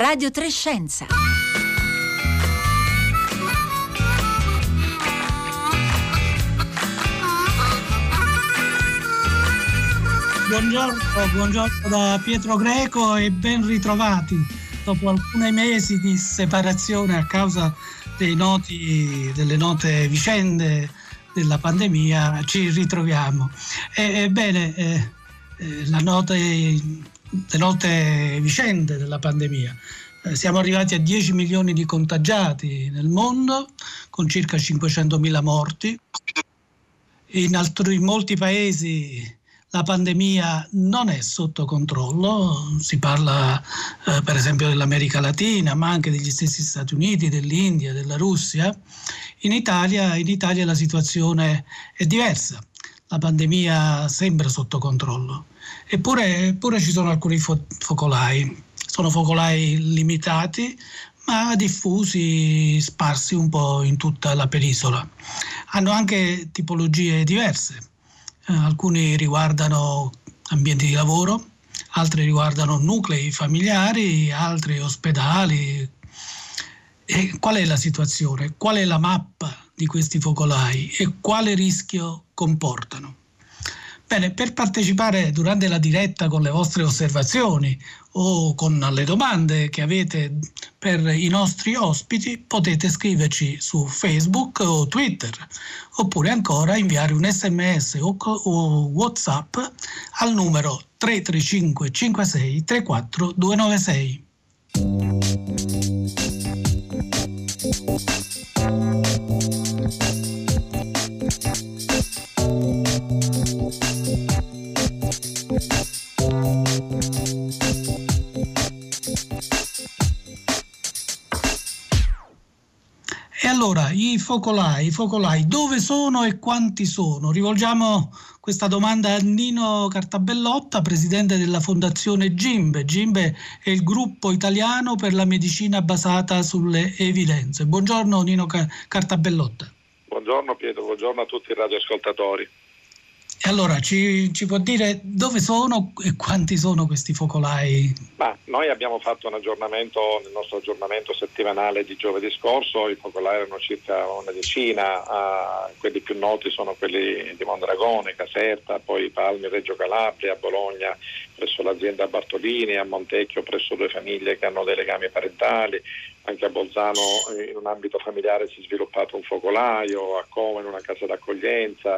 Radio 3 Scienza. Buongiorno da Pietro Greco e ben ritrovati. Dopo alcuni mesi di separazione a causa delle note vicende della pandemia, ci ritroviamo. Ebbene, le note vicende della pandemia. Siamo arrivati a 10 milioni di contagiati nel mondo, con circa 500.000 morti. In molti paesi la pandemia non è sotto controllo, si parla per esempio dell'America Latina, ma anche degli stessi Stati Uniti, dell'India, della Russia. In Italia la situazione è diversa, la pandemia sembra sotto controllo, eppure ci sono alcuni focolai, sono focolai limitati ma diffusi, sparsi un po' in tutta la penisola. Hanno anche tipologie diverse. Alcuni riguardano ambienti di lavoro, altri riguardano nuclei familiari, altri ospedali. E qual è la situazione? Qual è la mappa di questi focolai e quale rischio comportano? Bene, per partecipare durante la diretta con le vostre osservazioni o con le domande che avete per i nostri ospiti, potete scriverci su Facebook o Twitter, oppure ancora inviare un SMS o WhatsApp al numero 335 56 34 296. E allora, i focolai, dove sono e quanti sono? Rivolgiamo questa domanda a Nino Cartabellotta, presidente della Fondazione GIMBE. GIMBE è il gruppo italiano per la medicina basata sulle evidenze. Buongiorno Nino Cartabellotta. Buongiorno Pietro, buongiorno a tutti i radioascoltatori. E allora ci può dire dove sono e quanti sono questi focolai? Noi abbiamo fatto un aggiornamento, nel nostro aggiornamento settimanale di giovedì scorso, i focolai erano circa una decina, quelli più noti sono quelli di Mondragone, Caserta, poi Palmi, Reggio Calabria, Bologna presso l'azienda Bartolini, a Montecchio presso 2 famiglie che hanno dei legami parentali, anche a Bolzano in un ambito familiare si è sviluppato un focolaio, a Como in una casa d'accoglienza,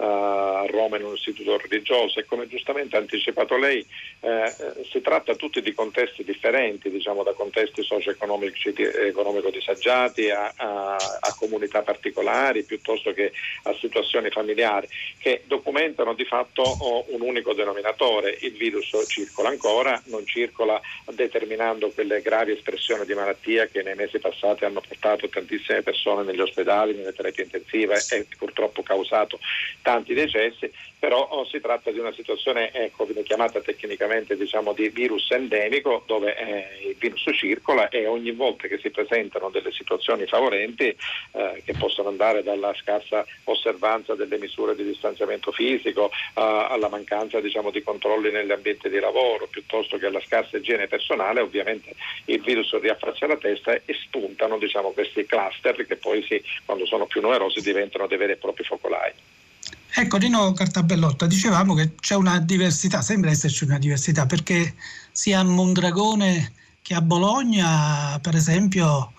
a Roma in un istituto religioso, e come giustamente ha anticipato lei si tratta tutti di contesti differenti, diciamo da contesti socio-economici economico disagiati a comunità particolari piuttosto che a situazioni familiari che documentano di fatto un unico denominatore: il virus circola ancora, non circola determinando quelle gravi espressioni di malattia che nei mesi passati hanno portato tantissime persone negli ospedali, nelle terapie intensive e purtroppo causato tanti decessi, però si tratta di una situazione, viene chiamata tecnicamente diciamo di virus endemico, dove il virus circola e ogni volta che si presentano delle situazioni favorenti che possono andare dalla scarsa osservanza delle misure di distanziamento fisico alla mancanza diciamo di controlli negli ambienti di lavoro, piuttosto che alla scarsa igiene personale, ovviamente il virus riaffaccia la testa e spuntano diciamo questi cluster che poi quando sono più numerosi diventano dei veri e propri focolai. Ecco, Nino Cartabellotta, dicevamo che c'è una diversità, sembra esserci una diversità, perché sia a Mondragone che a Bologna, per esempio,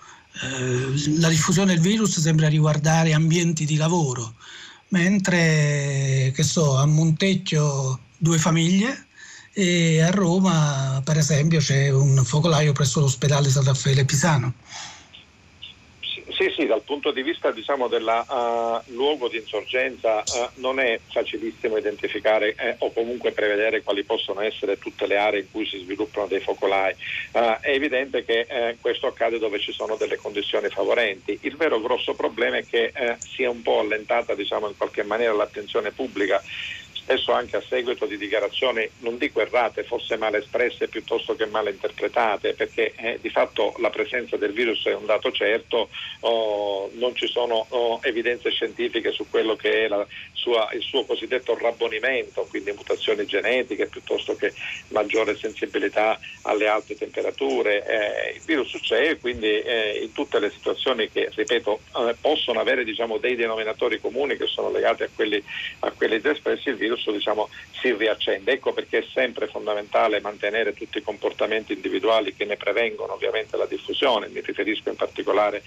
la diffusione del virus sembra riguardare ambienti di lavoro, mentre, a Montecchio 2 famiglie e a Roma, per esempio, c'è un focolaio presso l'ospedale San Raffaele Pisano. Sì, dal punto di vista diciamo del luogo di insorgenza non è facilissimo identificare o comunque prevedere quali possono essere tutte le aree in cui si sviluppano dei focolai. È evidente che questo accade dove ci sono delle condizioni favorenti. Il vero grosso problema è che sia un po' allentata diciamo in qualche maniera l'attenzione pubblica spesso anche a seguito di dichiarazioni, non dico errate, forse male espresse piuttosto che male interpretate, perché di fatto la presenza del virus è un dato certo, non ci sono evidenze scientifiche su quello che è il suo cosiddetto rabbonimento, quindi mutazioni genetiche piuttosto che maggiore sensibilità alle alte temperature. Il virus c'è, quindi in tutte le situazioni che, ripeto, possono avere dei denominatori comuni che sono legati a quelli già espressi, il virus si riaccende. Ecco perché è sempre fondamentale mantenere tutti i comportamenti individuali che ne prevengono ovviamente la diffusione. Mi riferisco in particolare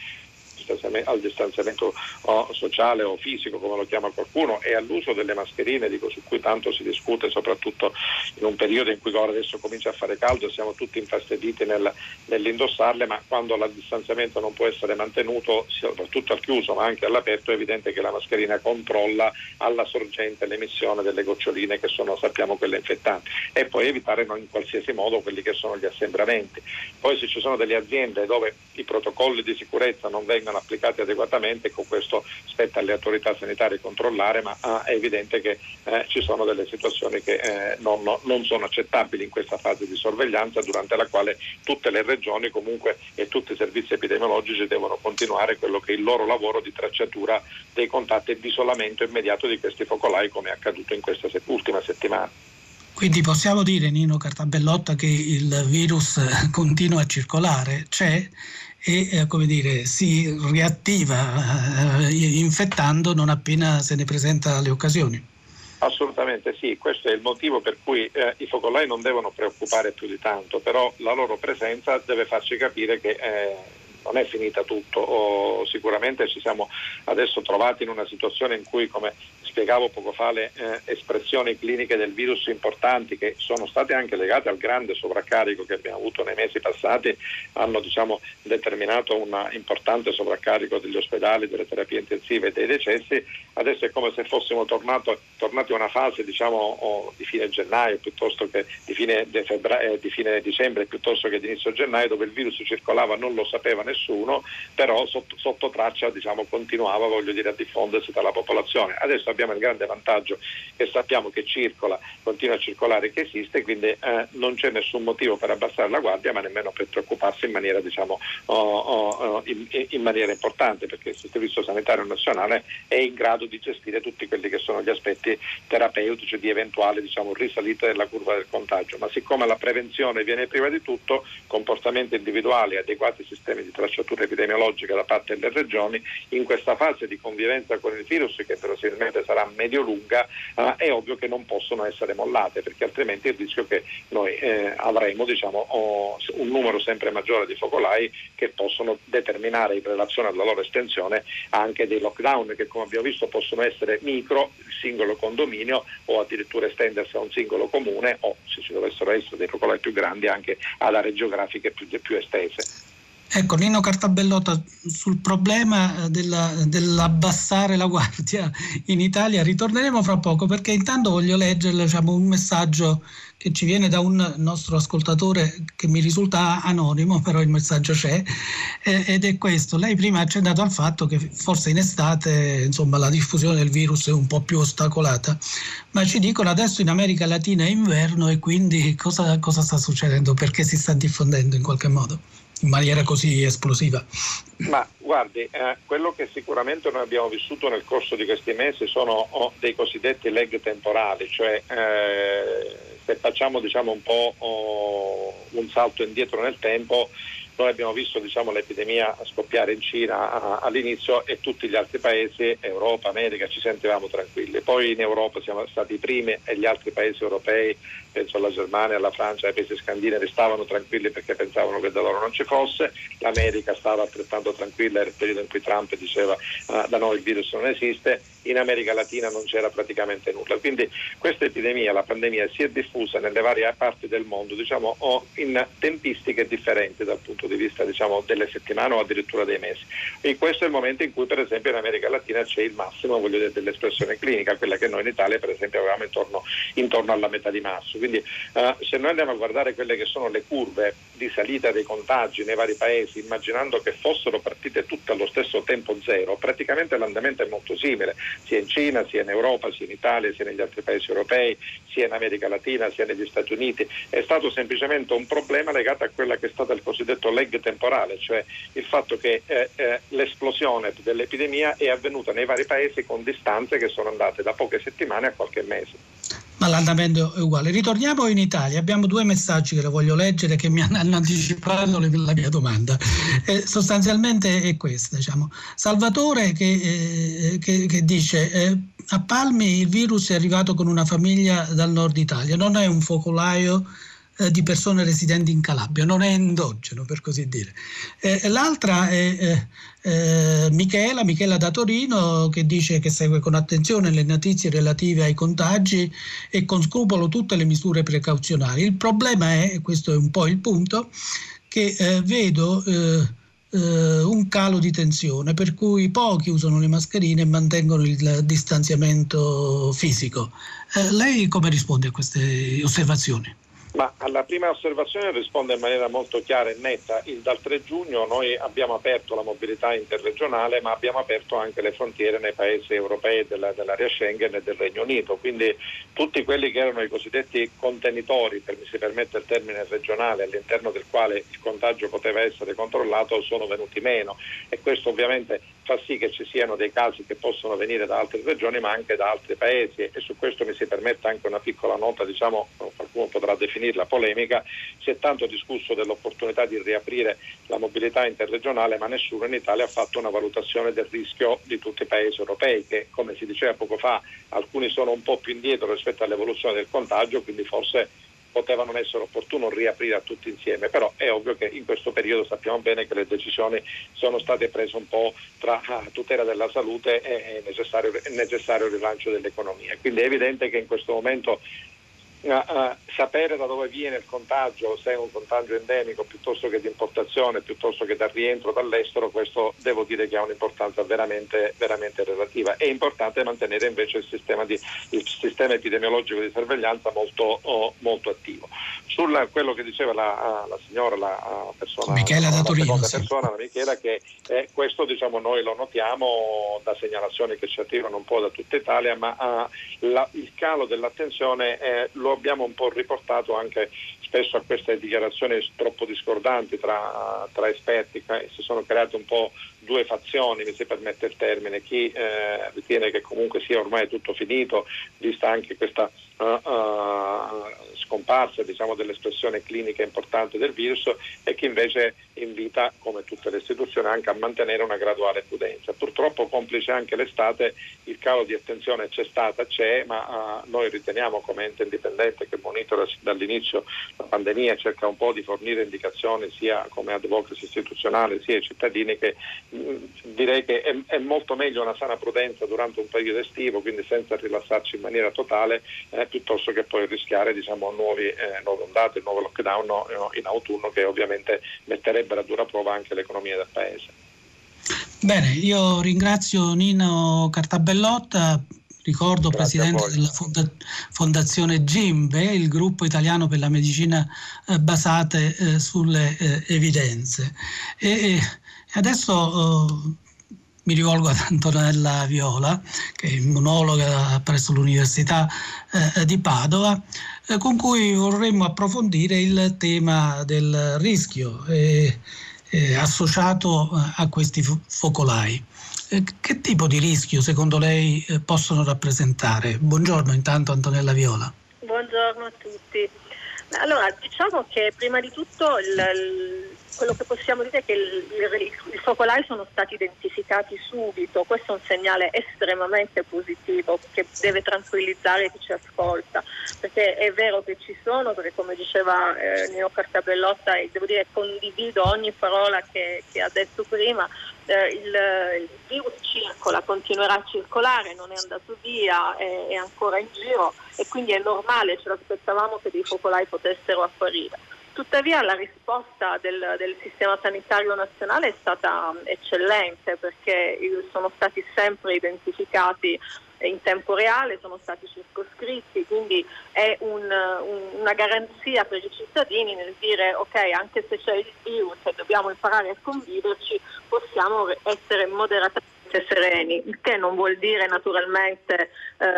al distanziamento sociale o fisico, come lo chiama qualcuno, e all'uso delle mascherine, su cui tanto si discute, soprattutto in un periodo in cui adesso comincia a fare caldo e siamo tutti infastiditi nell'indossarle, ma quando il distanziamento non può essere mantenuto, soprattutto al chiuso ma anche all'aperto, è evidente che la mascherina controlla alla sorgente l'emissione delle goccioline che sono, sappiamo, quelle infettanti, e poi evitare in qualsiasi modo quelli che sono gli assembramenti. Poi se ci sono delle aziende dove i protocolli di sicurezza non vengono applicati adeguatamente, con questo spetta alle autorità sanitarie controllare, ma è evidente che ci sono delle situazioni che non sono accettabili in questa fase di sorveglianza, durante la quale tutte le regioni comunque e tutti i servizi epidemiologici devono continuare quello che è il loro lavoro di tracciatura dei contatti e di isolamento immediato di questi focolai, come è accaduto in questa ultima settimana. Quindi possiamo dire, Nino Cartabellotta, che il virus continua a circolare, c'è e si riattiva infettando non appena se ne presenta le occasioni. Assolutamente sì, questo è il motivo per cui i focolai non devono preoccupare più di tanto, però la loro presenza deve farci capire che non è finita tutto. Sicuramente ci siamo adesso trovati in una situazione in cui, come spiegavo poco fa, le espressioni cliniche del virus importanti, che sono state anche legate al grande sovraccarico che abbiamo avuto nei mesi passati, hanno determinato un importante sovraccarico degli ospedali, delle terapie intensive e dei decessi. Adesso è come se fossimo tornati a una fase di fine gennaio piuttosto che di fine dicembre piuttosto che di inizio gennaio, dove il virus circolava, non lo sapeva nessuno, però sotto traccia continuava a diffondersi tra la popolazione. Adesso abbiamo il grande vantaggio che sappiamo che continua a circolare, che esiste, quindi non c'è nessun motivo per abbassare la guardia, ma nemmeno per preoccuparsi in maniera in maniera importante, perché il Servizio Sanitario Nazionale è in grado di gestire tutti quelli che sono gli aspetti terapeutici di eventuale risalita della curva del contagio. Ma siccome la prevenzione viene prima di tutto, comportamenti individuali, adeguati sistemi di tracciatura epidemiologica da parte delle regioni, in questa fase di convivenza con il virus, che verosimilmente sarà medio-lunga, è ovvio che non possono essere mollate, perché altrimenti il rischio che noi avremo un numero sempre maggiore di focolai che possono determinare, in relazione alla loro estensione, anche dei lockdown che, come abbiamo visto, possono essere micro, singolo condominio, o addirittura estendersi a un singolo comune, o, se ci dovessero essere dei focolai più grandi, anche ad aree geografiche più estese. Ecco, Nino Cartabellotta, sul problema dell'abbassare la guardia in Italia ritorneremo fra poco, perché intanto voglio leggerle un messaggio che ci viene da un nostro ascoltatore che mi risulta anonimo, però il messaggio c'è, ed è questo. Lei prima ha accennato al fatto che forse in estate la diffusione del virus è un po' più ostacolata, ma ci dicono adesso in America Latina è inverno, e quindi cosa sta succedendo? Perché si sta diffondendo in qualche modo in maniera così esplosiva? Ma guardi, quello che sicuramente noi abbiamo vissuto nel corso di questi mesi sono dei cosiddetti lag temporali, cioè se facciamo un po' un salto indietro nel tempo, noi abbiamo visto l'epidemia scoppiare in Cina all'inizio, e tutti gli altri paesi, Europa, America, ci sentivamo tranquilli. Poi in Europa siamo stati i primi, e gli altri paesi europei, penso alla Germania, alla Francia, ai paesi scandinavi, stavano tranquilli perché pensavano che da loro non ci fosse. L'America stava altrettanto tranquilla, era il periodo in cui Trump diceva da noi il virus non esiste. In America Latina non c'era praticamente nulla. Quindi questa epidemia, la pandemia, si è diffusa nelle varie parti del mondo in tempistiche differenti dal punto di vista diciamo delle settimane o addirittura dei mesi. E questo è il momento in cui per esempio in America Latina c'è il massimo, voglio dire, dell'espressione clinica, quella che noi in Italia per esempio avevamo intorno alla metà di marzo. Quindi se noi andiamo a guardare quelle che sono le curve di salita dei contagi nei vari paesi, immaginando che fossero partite tutte allo stesso tempo zero, praticamente l'andamento è molto simile, sia in Cina, sia in Europa, sia in Italia, sia negli altri paesi europei, sia in America Latina, sia negli Stati Uniti. È stato semplicemente un problema legato a quella che è stato il cosiddetto lag temporale, cioè il fatto che l'esplosione dell'epidemia è avvenuta nei vari paesi con distanze che sono andate da poche settimane a qualche mese. Ma l'andamento è uguale. Ritorniamo in Italia, abbiamo due messaggi che le voglio leggere che mi hanno anticipato la mia domanda. Sostanzialmente è questa, diciamo. Salvatore che dice a Palmi il virus è arrivato con una famiglia dal nord Italia, non è un focolaio di persone residenti in Calabria, non è endogeno per così dire. L'altra è Michela da Torino che dice che segue con attenzione le notizie relative ai contagi e con scrupolo tutte le misure precauzionali. Il problema è, e questo è un po' il punto, che vedo un calo di tensione per cui pochi usano le mascherine e mantengono il distanziamento fisico. Lei come risponde a queste osservazioni? Ma alla prima osservazione risponde in maniera molto chiara e netta. Dal 3 giugno noi abbiamo aperto la mobilità interregionale, ma abbiamo aperto anche le frontiere nei paesi europei dell'area Schengen e del Regno Unito, quindi tutti quelli che erano i cosiddetti contenitori, mi si permette il termine regionale, all'interno del quale il contagio poteva essere controllato, sono venuti meno, e questo ovviamente fa sì che ci siano dei casi che possono venire da altre regioni ma anche da altri paesi, e su questo mi si permette anche una piccola nota, diciamo, qualcuno potrà definirla polemica. Si è tanto discusso dell'opportunità di riaprire la mobilità interregionale, ma nessuno in Italia ha fatto una valutazione del rischio di tutti i paesi europei, che come si diceva poco fa alcuni sono un po' più indietro rispetto all'evoluzione del contagio, quindi forse poteva non essere opportuno riaprire a tutti insieme, però è ovvio che in questo periodo sappiamo bene che le decisioni sono state prese un po' tra tutela della salute e necessario rilancio dell'economia. Quindi è evidente che in questo momento sapere da dove viene il contagio, se è un contagio endemico piuttosto che di importazione, piuttosto che da rientro dall'estero, questo devo dire che ha un'importanza veramente, veramente relativa. È importante mantenere invece il sistema epidemiologico di sorveglianza molto attivo. Quello che diceva la signora, la persona, Michela da Torino, la Michela, che questo diciamo noi lo notiamo da segnalazioni che ci arrivano un po' da tutta Italia, ma il calo dell'attenzione lo abbiamo un po' riportato anche spesso a queste dichiarazioni troppo discordanti tra esperti. Si sono create un po' due fazioni, mi si permette il termine, chi ritiene che comunque sia ormai tutto finito, vista anche questa scomparsa diciamo dell'espressione clinica importante del virus, e chi invece invita, come tutte le istituzioni, anche a mantenere una graduale prudenza. Purtroppo, complice anche l'estate, il calo di attenzione c'è, ma noi riteniamo, come ente indipendente che monitora dall'inizio la pandemia e cerca un po' di fornire indicazioni sia come advocacy istituzionale sia ai cittadini, che direi che è molto meglio una sana prudenza durante un periodo estivo, quindi senza rilassarci in maniera totale, piuttosto che poi rischiare diciamo nuove ondate, il nuovo lockdown in autunno, che ovviamente metterebbero a dura prova anche l'economia del paese. Bene, io ringrazio Nino Cartabellotta, ricordo presidente della Fondazione GIMBE, il gruppo italiano per la medicina basate sulle evidenze. E adesso mi rivolgo ad Antonella Viola, che è immunologa presso l'Università di Padova, con cui vorremmo approfondire il tema del rischio associato a questi focolai. Che tipo di rischio secondo lei possono rappresentare? Buongiorno intanto Antonella Viola. Buongiorno a tutti. Allora, diciamo che prima di tutto quello che possiamo dire è che i focolai sono stati identificati subito. Questo è un segnale estremamente positivo che deve tranquillizzare chi ci ascolta, perché è vero che ci sono, perché come diceva Nino Cartabellotta, e devo dire condivido ogni parola che ha detto prima, il virus circola, continuerà a circolare, non è andato via, è ancora in giro, e quindi è normale, ce l'aspettavamo che dei focolai potessero apparire. Tuttavia la risposta del sistema sanitario nazionale è stata eccellente, perché sono stati sempre identificati in tempo reale, sono stati circoscritti, quindi è una garanzia per i cittadini nel dire ok, anche se c'è il virus e dobbiamo imparare a conviverci, possiamo essere moderatamente sereni, il che non vuol dire naturalmente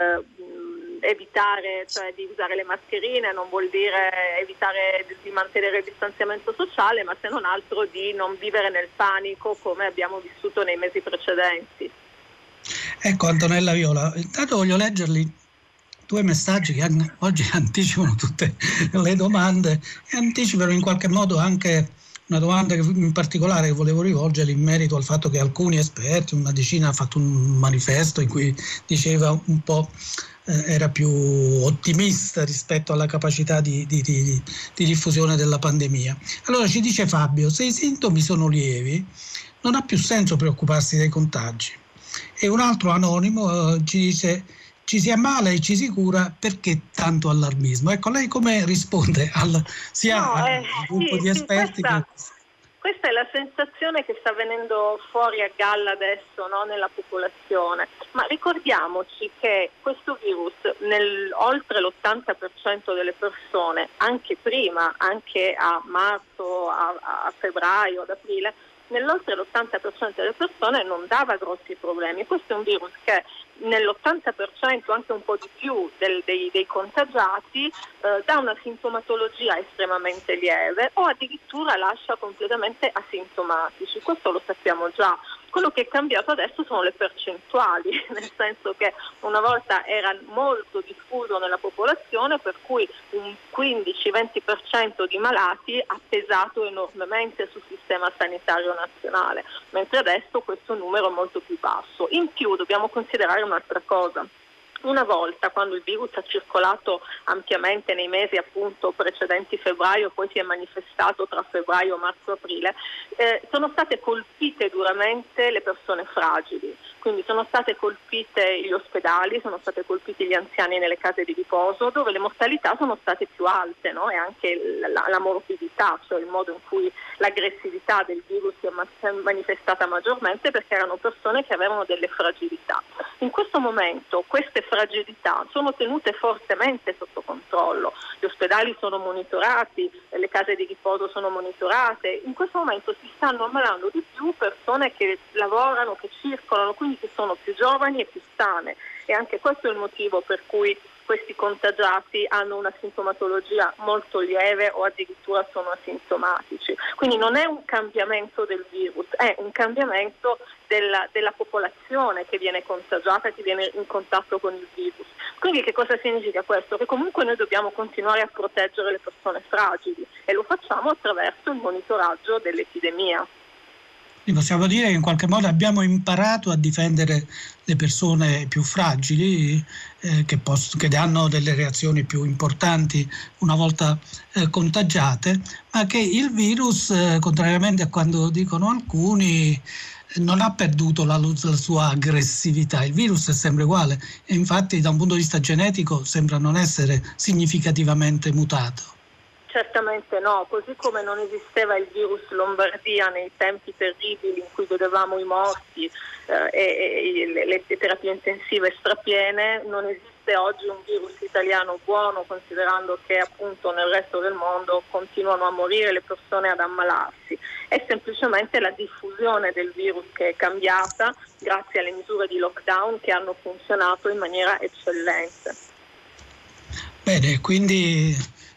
evitare, cioè di usare le mascherine, non vuol dire evitare di mantenere il distanziamento sociale, ma se non altro di non vivere nel panico come abbiamo vissuto nei mesi precedenti. Ecco, Antonella Viola, intanto voglio leggerli 2 messaggi che oggi anticipano tutte le domande e anticipano in qualche modo anche una domanda che in particolare che volevo rivolgere in merito al fatto che alcuni esperti, una decina, ha fatto un manifesto in cui diceva un po', era più ottimista rispetto alla capacità di diffusione della pandemia. Allora ci dice Fabio, se i sintomi sono lievi non ha più senso preoccuparsi dei contagi. E un altro anonimo ci dice ci si ammala e ci si cura, perché tanto allarmismo? Ecco, lei come risponde al gruppo di esperti? Questa è la sensazione che sta venendo fuori a galla adesso, no, nella popolazione. Ma ricordiamoci che questo virus, oltre l'80% delle persone, anche prima, anche a marzo, a febbraio, ad aprile, nell'oltre l'80% delle persone non dava grossi problemi. Questo è un virus che nell'80%, anche un po' di più dei contagiati, dà una sintomatologia estremamente lieve o addirittura lascia completamente asintomatici. Questo lo sappiamo già. Quello che è cambiato adesso sono le percentuali, nel senso che una volta era molto diffuso nella popolazione, per cui un 15-20% di malati ha pesato enormemente sul sistema sanitario nazionale, mentre adesso questo numero è molto più basso. In più dobbiamo considerare un'altra cosa. Una volta, quando il virus ha circolato ampiamente nei mesi appunto precedenti febbraio, poi si è manifestato tra febbraio, marzo, aprile, sono state colpite duramente le persone fragili, quindi sono state colpite gli ospedali, sono state colpiti gli anziani nelle case di riposo, dove le mortalità sono state più alte, no? E anche la morbidità, cioè il modo in cui l'aggressività del virus si è manifestata maggiormente, perché erano persone che avevano delle fragilità. In questo momento queste fragilità sono tenute fortemente sotto controllo, gli ospedali sono monitorati, le case di riposo sono monitorate, in questo momento si stanno ammalando di più persone che lavorano, che circolano, quindi che sono più giovani e più sane, e anche questo è il motivo per cui questi contagiati hanno una sintomatologia molto lieve o addirittura sono asintomatici. Quindi non è un cambiamento del virus, è un cambiamento della popolazione che viene contagiata, che viene in contatto con il virus. Quindi che cosa significa questo? Che comunque noi dobbiamo continuare a proteggere le persone fragili, e lo facciamo attraverso il monitoraggio dell'epidemia. Possiamo dire che in qualche modo abbiamo imparato a difendere le persone più fragili, che hanno delle reazioni più importanti una volta contagiate, ma che il virus, contrariamente a quando dicono alcuni, non ha perduto la sua aggressività. Il virus è sempre uguale e infatti da un punto di vista genetico sembra non essere significativamente mutato. Certamente no, così come non esisteva il virus Lombardia nei tempi terribili in cui vedevamo i morti e le terapie intensive strapiene, non esiste oggi un virus italiano buono, considerando che appunto nel resto del mondo continuano a morire le persone, ad ammalarsi. È semplicemente la diffusione del virus che è cambiata grazie alle misure di lockdown che hanno funzionato in maniera eccellente. Bene, quindi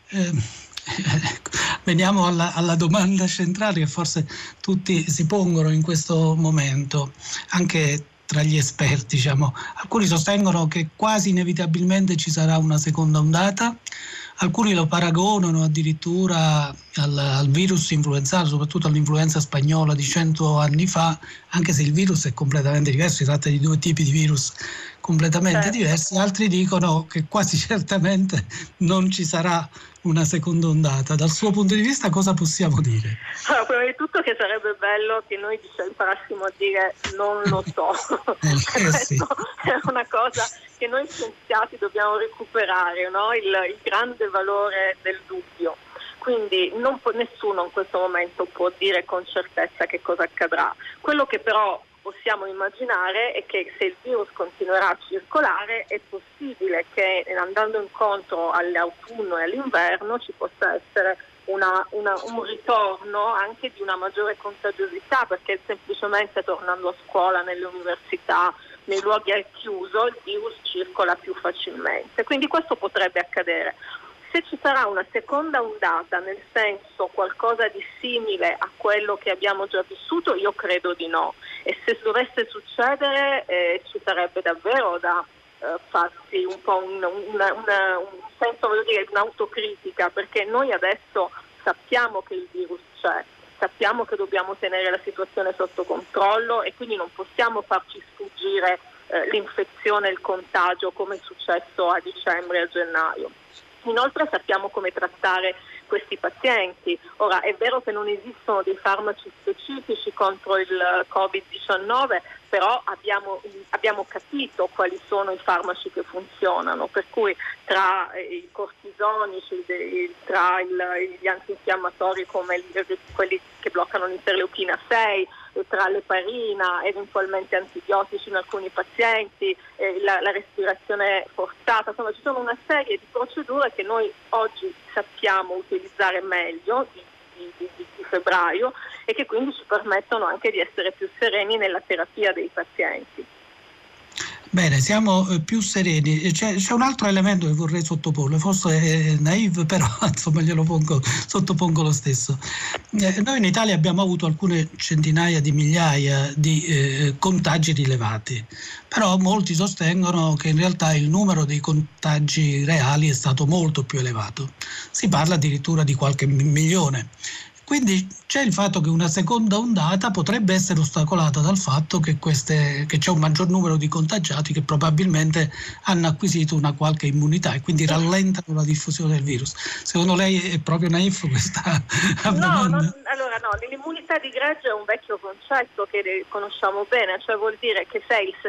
veniamo alla domanda centrale che forse tutti si pongono in questo momento, anche tra gli esperti, diciamo. Alcuni sostengono che quasi inevitabilmente ci sarà una seconda ondata, alcuni lo paragonano addirittura al virus influenzale, soprattutto all'influenza spagnola di 100 anni fa, anche se il virus è completamente diverso, si tratta di 2 tipi di virus completamente diversi. Altri dicono che quasi certamente non ci sarà una seconda ondata. Dal suo punto di vista cosa possiamo dire? Allora, prima di tutto che sarebbe bello che noi imparassimo a dire non lo so. Sì. È una cosa che noi scienziati dobbiamo recuperare, no? Il grande valore del dubbio. quindi nessuno in questo momento può dire con certezza che cosa accadrà. Quello che però possiamo immaginare è che se il virus continuerà a circolare è possibile che andando incontro all'autunno e all'inverno ci possa essere un ritorno anche di una maggiore contagiosità, perché semplicemente tornando a scuola, nelle università, nei luoghi al chiuso, il virus circola più facilmente. Quindi questo potrebbe accadere. Se ci sarà una seconda ondata, nel senso qualcosa di simile a quello che abbiamo già vissuto, io credo di no. E se dovesse succedere ci sarebbe davvero da farsi un po' un senso, voglio dire, un'autocritica, perché noi adesso sappiamo che il virus c'è, sappiamo che dobbiamo tenere la situazione sotto controllo e quindi non possiamo farci sfuggire l'infezione e il contagio come è successo a dicembre e a gennaio. Inoltre sappiamo come trattare questi pazienti. Ora è vero che non esistono dei farmaci specifici contro il Covid-19, però abbiamo capito quali sono i farmaci che funzionano, per cui tra i cortisonici, tra gli antinfiammatori come quelli che bloccano l'interleuchina 6, tra l'eparina, eventualmente antibiotici in alcuni pazienti, la respirazione forzata, insomma ci sono una serie di procedure che noi oggi sappiamo utilizzare meglio di febbraio e che quindi ci permettono anche di essere più sereni nella terapia dei pazienti. Bene, siamo più sereni. C'è un altro elemento che vorrei sottoporle, forse è naive, però insomma sottopongo lo stesso. Noi in Italia abbiamo avuto alcune centinaia di migliaia di contagi rilevati, però molti sostengono che in realtà il numero dei contagi reali è stato molto più elevato. Si parla addirittura di qualche milione. Quindi c'è il fatto che una seconda ondata potrebbe essere ostacolata dal fatto che c'è un maggior numero di contagiati che probabilmente hanno acquisito una qualche immunità e quindi rallentano la diffusione del virus. Secondo lei è proprio naif questa domanda? No, l'immunità di gregge è un vecchio concetto che conosciamo bene, cioè vuol dire che se il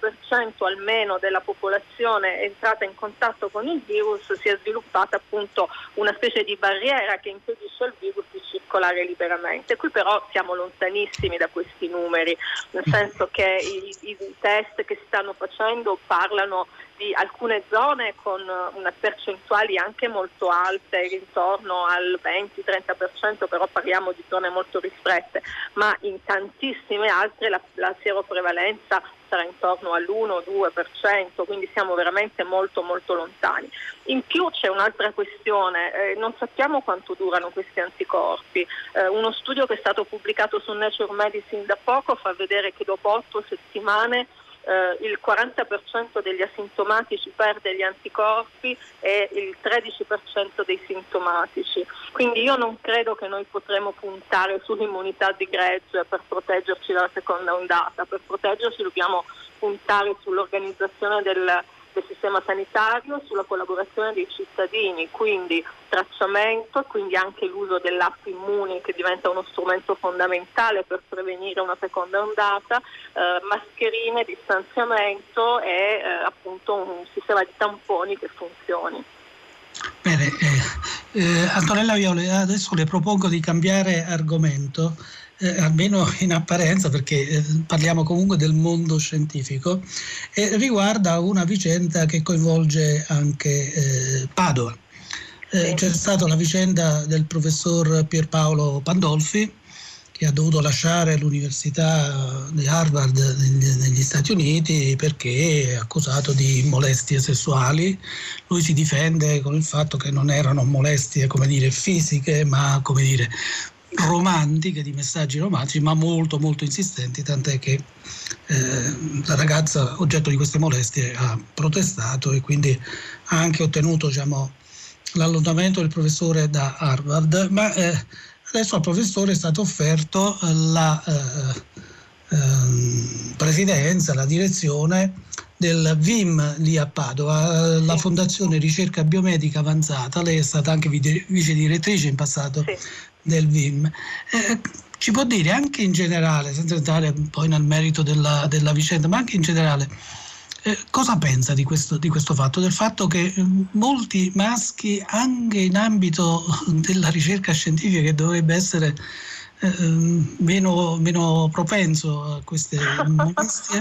60% almeno della popolazione è entrata in contatto con il virus, si è sviluppata appunto una specie di barriera che impedisce al virus di circolare liberamente. Qui però siamo lontanissimi da questi numeri, nel senso che i test che si stanno facendo parlano di alcune zone con una percentuali anche molto alte, intorno al 20-30%, però parliamo di zone molto ristrette, ma in tantissime altre la seroprevalenza sarà intorno all'1-2%, quindi siamo veramente molto molto lontani. In più c'è un'altra questione, non sappiamo quanto durano questi anticorpi. Uno studio che è stato pubblicato su Nature Medicine da poco fa vedere che dopo 8 settimane il 40% degli asintomatici perde gli anticorpi e il 13% dei sintomatici. Quindi io non credo che noi potremo puntare sull'immunità di gregge per proteggerci dalla seconda ondata. Per proteggerci dobbiamo puntare sull'organizzazione del sistema sanitario, sulla collaborazione dei cittadini, quindi tracciamento, quindi anche l'uso dell'app Immuni che diventa uno strumento fondamentale per prevenire una seconda ondata, mascherine, distanziamento e appunto un sistema di tamponi che funzioni. Bene, Antonella Viole, adesso le propongo di cambiare argomento, almeno in apparenza, perché parliamo comunque del mondo scientifico, e riguarda una vicenda che coinvolge anche Padova. C'è stata la vicenda del professor Pierpaolo Pandolfi, che ha dovuto lasciare l'università di Harvard negli Stati Uniti perché è accusato di molestie sessuali. Lui si difende con il fatto che non erano molestie, come dire, fisiche, ma come dire romantiche, di messaggi romantici, ma molto molto insistenti, tant'è che la ragazza oggetto di queste molestie ha protestato e quindi ha anche ottenuto, diciamo, l'allontanamento del professore da Harvard, ma adesso al professore è stato offerto la presidenza, la direzione del VIM lì a Padova, la Fondazione Ricerca Biomedica Avanzata. Lei è stata anche vice direttrice in passato del VIM. Ci può dire anche in generale, senza entrare poi nel merito della vicenda, ma anche in generale, Cosa pensa di questo fatto? Del fatto che molti maschi, anche in ambito della ricerca scientifica, che dovrebbe essere meno propenso a queste molestie,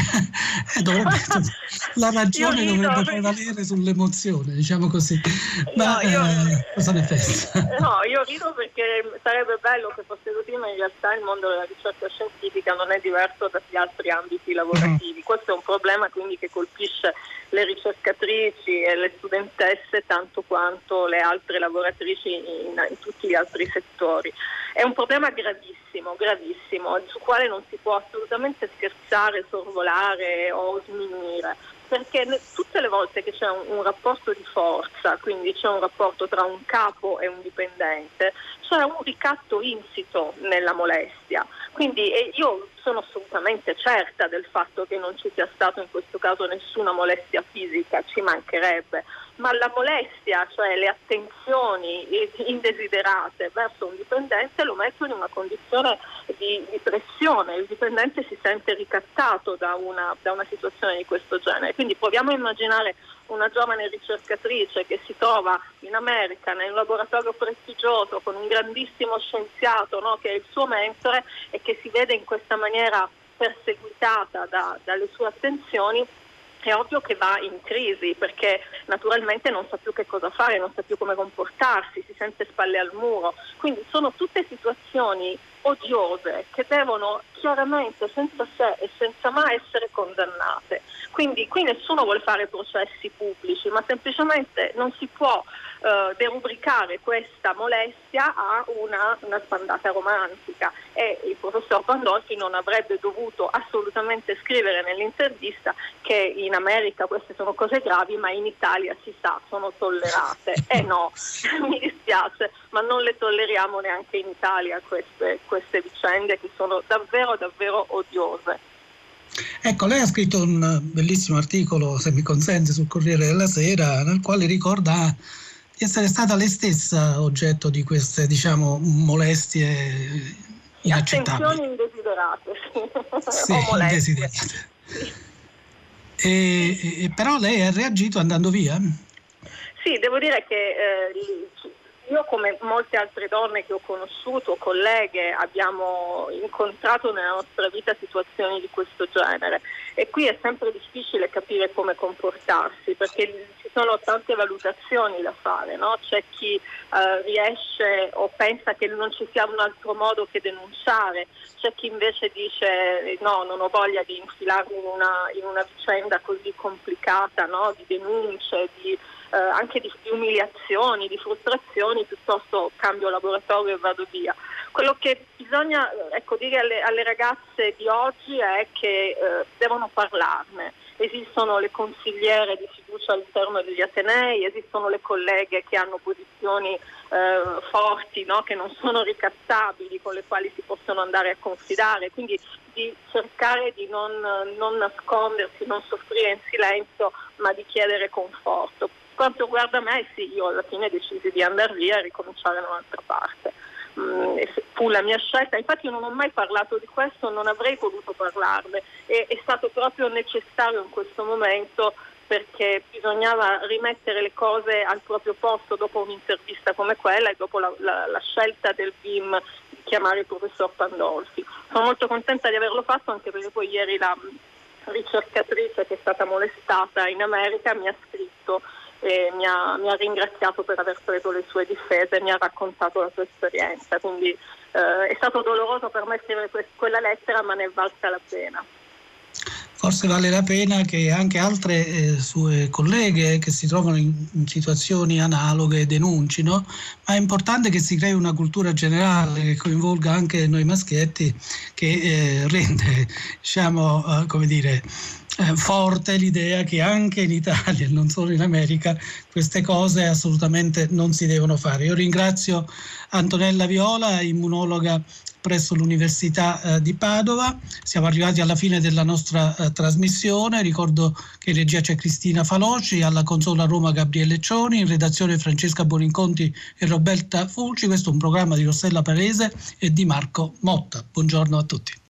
la ragione dovrebbe prevalere sull'emozione, diciamo così. Ma cosa ne pensa? No, io rido perché sarebbe bello che fosse così, ma in realtà il mondo della ricerca scientifica non è diverso dagli altri ambiti lavorativi. Questo è un problema quindi che colpisce le ricercatrici e le studentesse tanto quanto le altre lavoratrici in tutti gli altri settori. È un problema gravissimo, sul quale non si può assolutamente scherzare, sorvolare o sminuire, perché tutte le volte che c'è un rapporto di forza, quindi c'è un rapporto tra un capo e un dipendente, c'è un ricatto insito nella molestia. Quindi io sono assolutamente certa del fatto che non ci sia stato in questo caso nessuna molestia fisica, ci mancherebbe, ma la molestia, cioè le attenzioni indesiderate verso un dipendente, lo mettono in una condizione di pressione. Il dipendente si sente ricattato da una situazione di questo genere. Quindi proviamo a immaginare una giovane ricercatrice che si trova in America in un laboratorio prestigioso con un grandissimo scienziato, no, che è il suo mentore, e che si vede in questa maniera perseguitata dalle sue attenzioni. È ovvio che va in crisi, perché naturalmente non sa più che cosa fare, non sa più come comportarsi, si sente spalle al muro. Quindi sono tutte situazioni odiose che devono chiaramente, senza se e senza ma, essere condannate. Quindi qui nessuno vuole fare processi pubblici, ma semplicemente non si può derubricare questa molestia a una sbandata romantica, e il professor Pandolfi non avrebbe dovuto assolutamente scrivere nell'intervista che in America queste sono cose gravi, ma in Italia si sa, sono tollerate. No, mi dispiace, ma non le tolleriamo neanche in Italia queste vicende, che sono davvero davvero odiose. Ecco, lei ha scritto un bellissimo articolo, se mi consente, sul Corriere della Sera, nel quale ricorda di essere stata lei stessa oggetto di queste, diciamo, molestie inaccettabili. Attenzioni indesiderate, sì, indesiderate. E però lei ha reagito andando via? Sì, devo dire che io, come molte altre donne che ho conosciuto, colleghe, abbiamo incontrato nella nostra vita situazioni di questo genere, e qui è sempre difficile capire come comportarsi, perché ci sono tante valutazioni da fare, no? C'è chi riesce o pensa che non ci sia un altro modo che denunciare, c'è chi invece dice no, non ho voglia di infilarmi in una vicenda così complicata, no? Di denunce, anche di umiliazioni, di frustrazioni, piuttosto cambio laboratorio e vado via. Quello che bisogna dire alle ragazze di oggi è che devono parlarne. Esistono le consigliere di fiducia all'interno degli atenei, esistono le colleghe che hanno posizioni forti, no? Che non sono ricattabili, con le quali si possono andare a confidare, quindi di cercare di non nascondersi, non soffrire in silenzio, ma di chiedere conforto. Quanto riguarda me, sì, io alla fine decisi di andare via e ricominciare da un'altra parte. Fu la mia scelta, infatti io non ho mai parlato di questo, non avrei voluto parlarne, è stato proprio necessario in questo momento, perché bisognava rimettere le cose al proprio posto dopo un'intervista come quella e dopo la scelta del BIM di chiamare il professor Pandolfi. Sono molto contenta di averlo fatto, anche perché poi ieri la ricercatrice che è stata molestata in America mi ha scritto e mi ha ringraziato per aver preso le sue difese e mi ha raccontato la sua esperienza, quindi è stato doloroso per me scrivere quella lettera, ma ne è valsa la pena. Forse vale la pena che anche altre sue colleghe che si trovano in situazioni analoghe denuncino, ma è importante che si crei una cultura generale che coinvolga anche noi maschietti, che rende, diciamo, forte l'idea che anche in Italia e non solo in America queste cose assolutamente non si devono fare. Io ringrazio Antonella Viola, immunologa presso l'Università di Padova. Siamo arrivati alla fine della nostra trasmissione. Ricordo che in regia c'è Cristina Faloci, alla consola Roma Gabriele Cioni, in redazione Francesca Boninconti e Roberta Fulci. Questo è un programma di Rossella Parese e di Marco Motta. Buongiorno a tutti.